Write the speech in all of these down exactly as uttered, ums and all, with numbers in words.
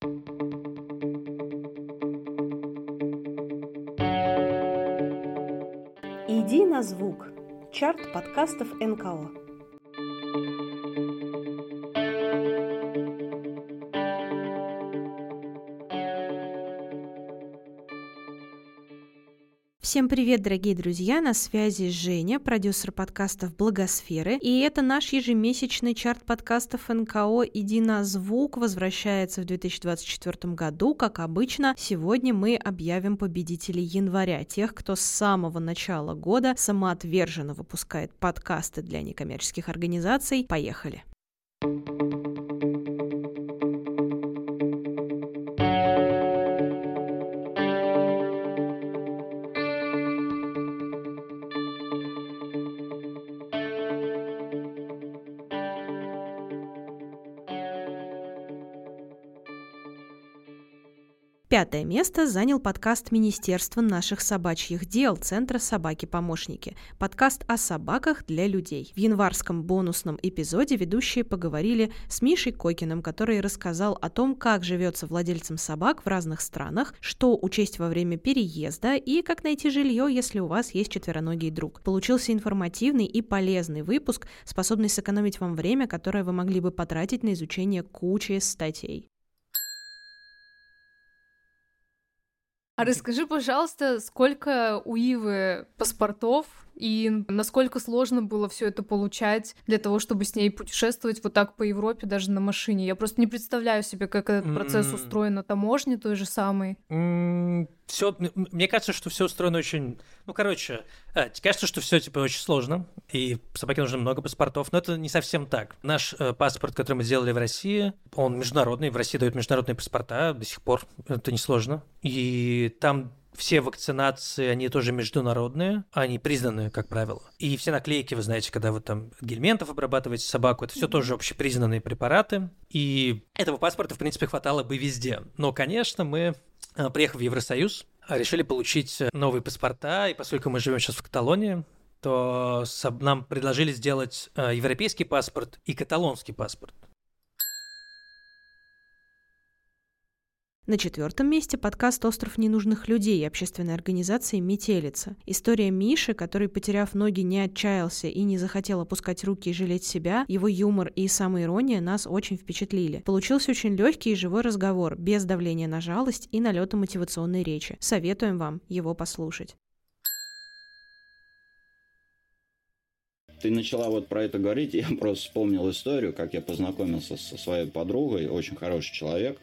Иди на звук. Чарт подкастов эн ка о. Всем привет, дорогие друзья! На связи Женя, продюсер подкастов «Благосферы». И это наш ежемесячный чарт подкастов эн ка о «Иди на звук» возвращается в две тысячи двадцать четвёртом году. Как обычно, сегодня мы объявим победителей января, тех, кто с самого начала года самоотверженно выпускает подкасты для некоммерческих организаций. Поехали! Пятое место занял подкаст Министерства наших собачьих дел Центра «Собаки-помощники». Подкаст о собаках для людей. В январском бонусном эпизоде ведущие поговорили с Мишей Кокиным, который рассказал о том, как живется владельцам собак в разных странах, что учесть во время переезда и как найти жилье, если у вас есть четвероногий друг. Получился информативный и полезный выпуск, способный сэкономить вам время, которое вы могли бы потратить на изучение кучи статей. А расскажи, пожалуйста, сколько у Ивы паспортов и насколько сложно было все это получать для того, чтобы с ней путешествовать вот так по Европе даже на машине? Я просто не представляю себе, как этот процесс mm. устроен на таможне той же самой. Mm, всё, мне кажется, что все устроено очень... Ну, короче, а, кажется, что все типа очень сложно, и собаке нужно много паспортов, но это не совсем так. Наш э, паспорт, который мы сделали в России, он международный, в России дают международные паспорта до сих пор, это несложно, и там... Все вакцинации, они тоже международные, они признанные, как правило. И все наклейки, вы знаете, когда вы там гельминтов обрабатываете собаку, это все тоже общепризнанные препараты. И этого паспорта, в принципе, хватало бы везде. Но, конечно, мы, приехав в Евросоюз, решили получить новые паспорта, и поскольку мы живем сейчас в Каталонии, то нам предложили сделать европейский паспорт и каталонский паспорт. На четвертом месте подкаст «Остров ненужных людей» общественной организации «Метелица». История Миши, который, потеряв ноги, не отчаялся и не захотел опускать руки и жалеть себя, его юмор и самоирония нас очень впечатлили. Получился очень легкий и живой разговор, без давления на жалость и налета мотивационной речи. Советуем вам его послушать. Ты начала вот про это говорить, я просто вспомнил историю, как я познакомился со своей подругой, очень хороший человек.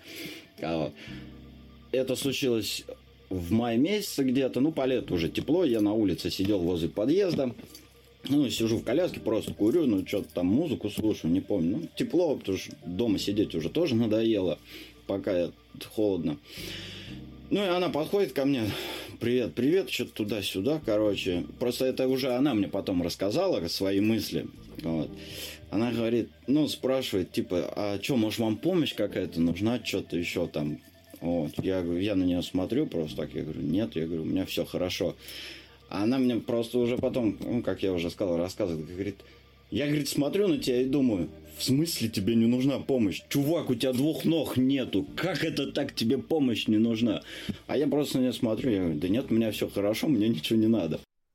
Это случилось в мае месяце где-то, ну, по лету уже тепло, я на улице сидел возле подъезда, ну, сижу в коляске, просто курю, ну, что-то там музыку слушаю, не помню, ну, тепло, потому что дома сидеть уже тоже надоело, пока холодно. Ну, и она подходит ко мне, привет, привет, что-то туда-сюда, короче. Просто это уже она мне потом рассказала свои мысли. Вот. Она говорит, ну, спрашивает, типа, а что, может, вам помощь какая-то нужна, что-то еще там? Вот. Я, я на нее смотрю просто так, я говорю, нет, я говорю, у меня все хорошо. А она мне просто уже потом, ну, как я уже сказал, рассказывает, говорит, я, говорит, смотрю на тебя и думаю, в смысле тебе не нужна помощь? Чувак, у тебя двух ног нету. Как это так тебе помощь не нужна? А я просто на нее смотрю, я говорю, да нет, у меня все хорошо, мне ничего не надо.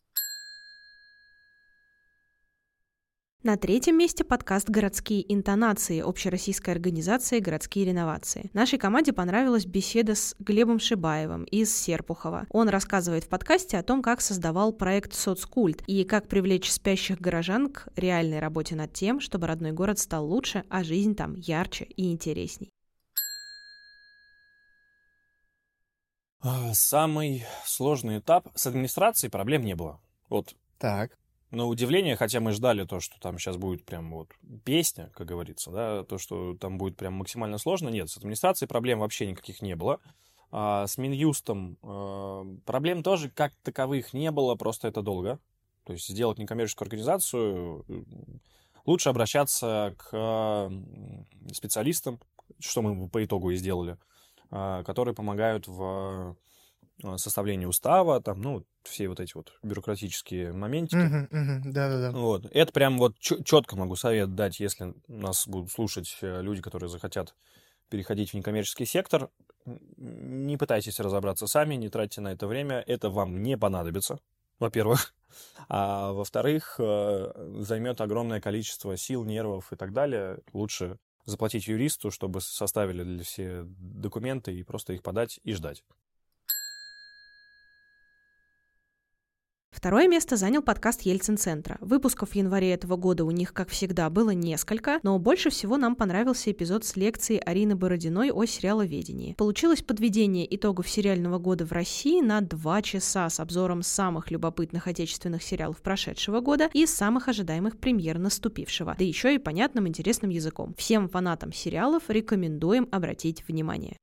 На третьем месте подкаст «Городские интонации» общероссийской организации «Городские реновации». Нашей команде понравилась беседа с Глебом Шибаевым из Серпухова. Он рассказывает в подкасте о том, как создавал проект «Соцкульт» и как привлечь спящих горожан к реальной работе над тем, чтобы родной город стал лучше, а жизнь там ярче и интересней. Самый сложный этап с администрацией проблем не было. Вот. Так. На удивление, хотя мы ждали то, что там сейчас будет прям вот песня, как говорится, да, то, что там будет прям максимально сложно. Нет, с администрацией проблем вообще никаких не было. А с Минюстом а, проблем тоже как таковых не было, просто это долго. То есть сделать некоммерческую организацию лучше обращаться к специалистам, что мы по итогу и сделали, а, которые помогают в составлении устава, там, ну, все вот эти вот бюрократические моментики. Uh-huh, uh-huh, да-да-да. Вот. Это прям вот четко могу совет дать, если нас будут слушать люди, которые захотят переходить в некоммерческий сектор, не пытайтесь разобраться сами, не тратьте на это время, это вам не понадобится, во-первых. А во-вторых, займет огромное количество сил, нервов и так далее. Лучше заплатить юристу, чтобы составили для все документы и просто их подать и ждать. Второе место занял подкаст Ельцин-центра. Выпусков в январе этого года у них, как всегда, было несколько, но больше всего нам понравился эпизод с лекцией Арины Бородиной о сериаловедении. Получилось подведение итогов сериального года в России на два часа с обзором самых любопытных отечественных сериалов прошедшего года и самых ожидаемых премьер наступившего, да еще и понятным интересным языком. Всем фанатам сериалов рекомендуем обратить внимание.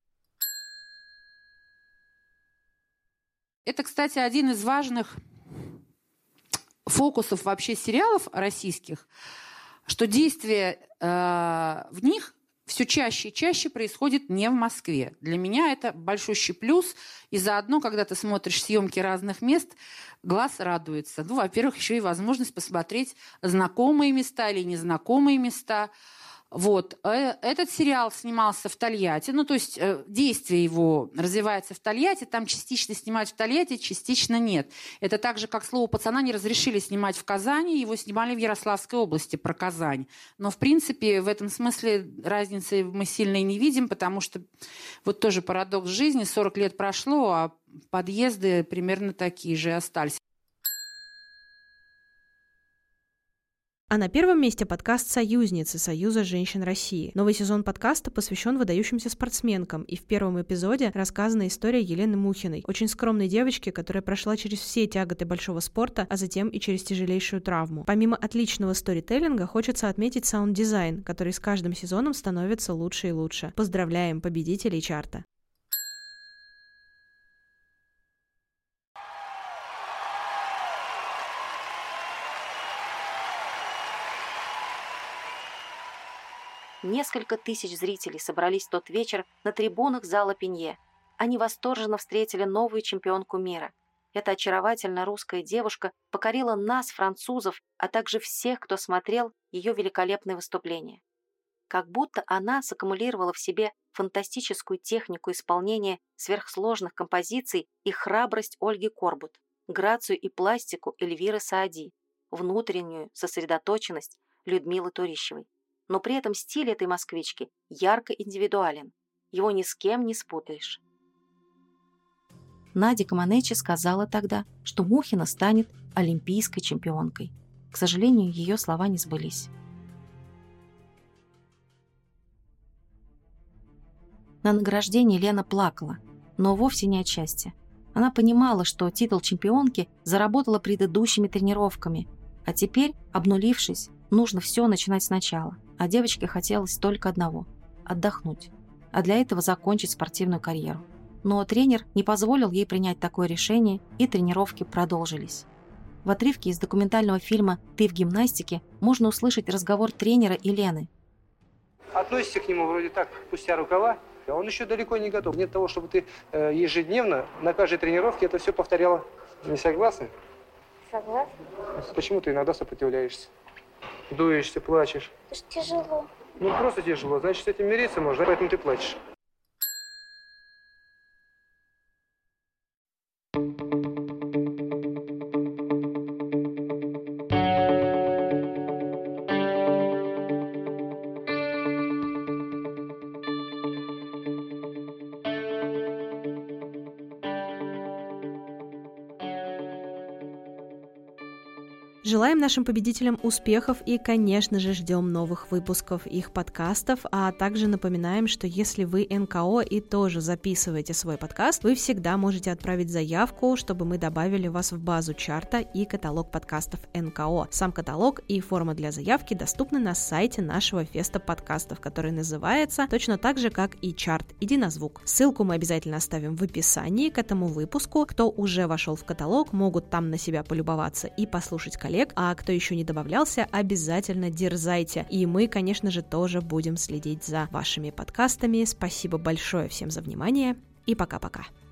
Это, кстати, один из важных фокусов вообще сериалов российских, что действие э, в них все чаще и чаще происходит не в Москве. Для меня это большущий плюс. И заодно, когда ты смотришь съемки разных мест, глаз радуется. Ну, во-первых, еще и возможность посмотреть знакомые места или незнакомые места. Вот. Этот сериал снимался в Тольятти, ну, то есть действие его развивается в Тольятти, там частично снимать в Тольятти, частично нет. Это так же, как «Слово пацана» не разрешили снимать в Казани, его снимали в Ярославской области, про Казань. Но, в принципе, в этом смысле разницы мы сильно и не видим, потому что вот тоже парадокс жизни, сорок лет прошло, а подъезды примерно такие же остались. А на первом месте подкаст «Союзницы» Союза женщин России. Новый сезон подкаста посвящен выдающимся спортсменкам, и в первом эпизоде рассказана история Елены Мухиной, очень скромной девочки, которая прошла через все тяготы большого спорта, а затем и через тяжелейшую травму. Помимо отличного сторителлинга, хочется отметить саунд-дизайн, который с каждым сезоном становится лучше и лучше. Поздравляем победителей чарта! Несколько тысяч зрителей собрались в тот вечер на трибунах зала Пенье. Они восторженно встретили новую чемпионку мира. Эта очаровательная русская девушка покорила нас, французов, а также всех, кто смотрел ее великолепные выступления. Как будто она саккумулировала в себе фантастическую технику исполнения сверхсложных композиций и храбрость Ольги Корбут, грацию и пластику Эльвиры Саади, внутреннюю сосредоточенность Людмилы Турищевой. Но при этом стиль этой москвички ярко индивидуален. Его ни с кем не спутаешь. Надя Команечи сказала тогда, что Мухина станет олимпийской чемпионкой. К сожалению, ее слова не сбылись. На награждении Лена плакала, но вовсе не от счастья. Она понимала, что титул чемпионки заработала предыдущими тренировками, а теперь, обнулившись, нужно все начинать сначала. А девочке хотелось только одного – отдохнуть, а для этого закончить спортивную карьеру. Но тренер не позволил ей принять такое решение, и тренировки продолжились. В отрывке из документального фильма «Ты в гимнастике» можно услышать разговор тренера и Лены. Относишься к нему вроде так, пустя рукава, а он еще далеко не готов. Нет того, чтобы ты ежедневно на каждой тренировке это все повторяла. Не согласна? Согласна. Почему ты иногда сопротивляешься? Дуешься, плачешь. Это ж тяжело. Ну, просто тяжело. Значит, с этим мириться можно, поэтому ты плачешь. Желаем нашим победителям успехов и, конечно же, ждем новых выпусков их подкастов, а также напоминаем, что если вы эн ка о и тоже записываете свой подкаст, вы всегда можете отправить заявку, чтобы мы добавили вас в базу чарта и каталог подкастов эн ка о. Сам каталог и форма для заявки доступны на сайте нашего феста подкастов, который называется точно так же, как и чарт «Иди на звук». Ссылку мы обязательно оставим в описании к этому выпуску. Кто уже вошел в каталог, могут там на себя полюбоваться и послушать коллег, а кто еще не добавлялся, обязательно дерзайте. И мы, конечно же, тоже будем следить за вашими подкастами. Спасибо большое всем за внимание и пока-пока.